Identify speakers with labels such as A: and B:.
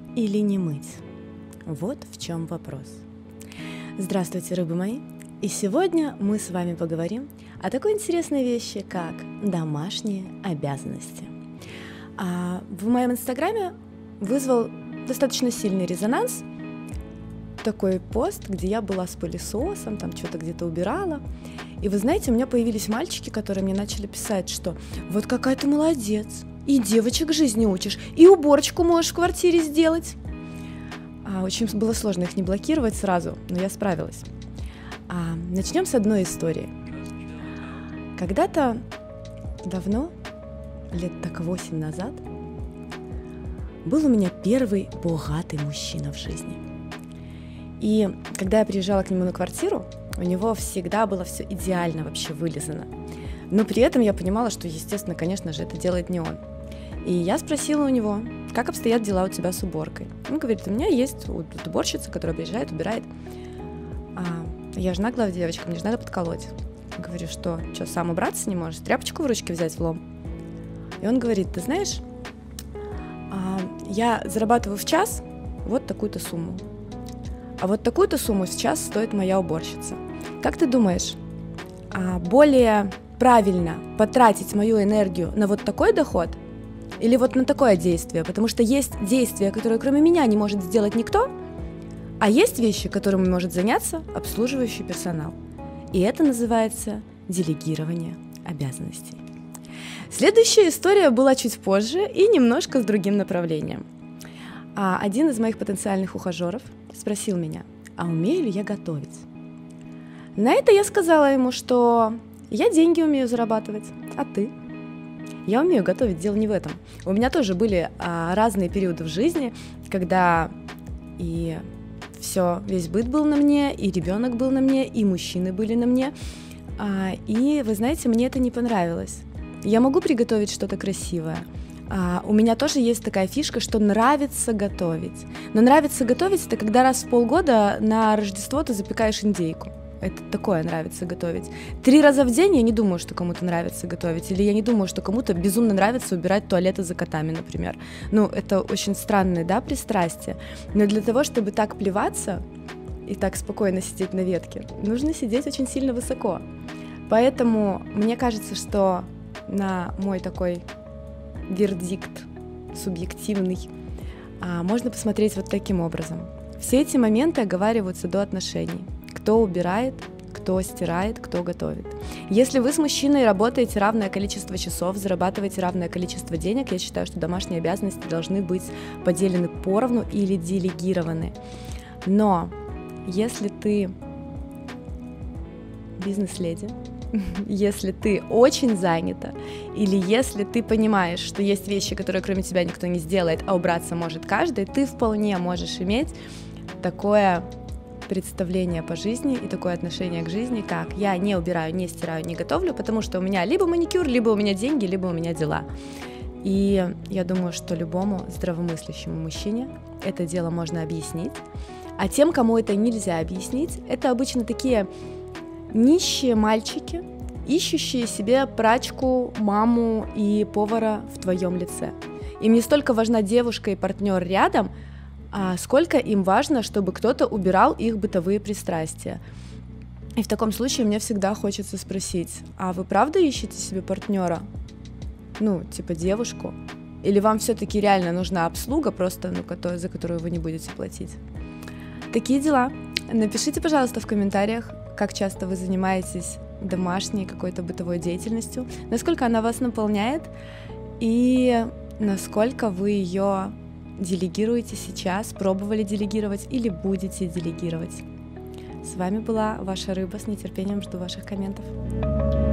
A: или не мыть? Вот в чем вопрос. Здравствуйте, рыбы мои! И сегодня мы с вами поговорим о такой интересной вещи, как домашние обязанности. В моем инстаграме вызвал достаточно сильный резонанс такой пост, где я была с пылесосом, там что-то где-то убирала. И вы знаете, у меня появились мальчики, которые мне начали писать, что вот какая ты молодец, и девочек жизни учишь, и уборочку можешь в квартире сделать. Очень было сложно их не блокировать сразу, но я справилась. Начнем с одной истории. Когда-то давно, лет так 8 назад, был у меня первый богатый мужчина в жизни. И когда я приезжала к нему на квартиру, у него всегда было все идеально вообще вылизано. Но при этом я понимала, что, естественно, конечно же, это делает не он. И я спросила у него, как обстоят дела у тебя с уборкой. Он говорит, у меня есть уборщица, которая приезжает, убирает. Я же наглая девочка, мне же надо подколоть. Я говорю, что, сам убраться не можешь? Тряпочку в ручки взять в лом? И он говорит, ты знаешь, я зарабатываю в час вот такую-то сумму. А вот такую-то сумму сейчас стоит моя уборщица. Как ты думаешь, более правильно потратить мою энергию на вот такой доход или вот на такое действие? Потому что есть действия, которые кроме меня не может сделать никто, а есть вещи, которыми может заняться обслуживающий персонал. И это называется делегирование обязанностей. Следующая история была чуть позже и немножко с другим направлением. Один из моих потенциальных ухажеров спросил меня, умею ли я готовить? На это я сказала ему, что я деньги умею зарабатывать, а ты? Я умею готовить, дело не в этом. У меня тоже были разные периоды в жизни, когда и весь быт был на мне, и ребенок был на мне, и мужчины были на мне. И вы знаете, мне это не понравилось. Я могу приготовить что-то красивое. У меня тоже есть такая фишка, что нравится готовить. Но нравится готовить — это когда раз в полгода на Рождество ты запекаешь индейку. Это такое нравится готовить. 3 раза в день я не думаю, что кому-то нравится готовить. Или я не думаю, что кому-то безумно нравится убирать туалеты за котами, например. Это очень странное, пристрастие. Но для того, чтобы так плеваться и так спокойно сидеть на ветке, нужно сидеть очень сильно высоко. Поэтому мне кажется, что на мой такой вердикт субъективный можно посмотреть вот таким образом. Все эти моменты оговариваются до отношений. Кто убирает, кто стирает, кто готовит. Если вы с мужчиной работаете равное количество часов, зарабатываете равное количество денег, я считаю, что домашние обязанности должны быть поделены поровну или делегированы. Но если ты бизнес-леди, если ты очень занята, или если ты понимаешь, что есть вещи, которые кроме тебя никто не сделает, а убраться может каждый, ты вполне можешь иметь такое представление по жизни и такое отношение к жизни, как я не убираю, не стираю, не готовлю, потому что у меня либо маникюр, либо у меня деньги, либо у меня дела. И я думаю, что любому здравомыслящему мужчине это дело можно объяснить, а тем, кому это нельзя объяснить, это обычно такие нищие мальчики, ищущие себе прачку, маму и повара в твоем лице. Им не столько важна девушка и партнер рядом, сколько им важно, чтобы кто-то убирал их бытовые пристрастия. И в таком случае мне всегда хочется спросить, а вы правда ищете себе партнера? Девушку? Или вам все-таки реально нужна обслуга, просто за которую вы не будете платить? Такие дела. Напишите, пожалуйста, в комментариях, как часто вы занимаетесь домашней какой-то бытовой деятельностью, насколько она вас наполняет и насколько вы ее делегируете сейчас, пробовали делегировать или будете делегировать. С вами была ваша рыба, с нетерпением жду ваших комментов.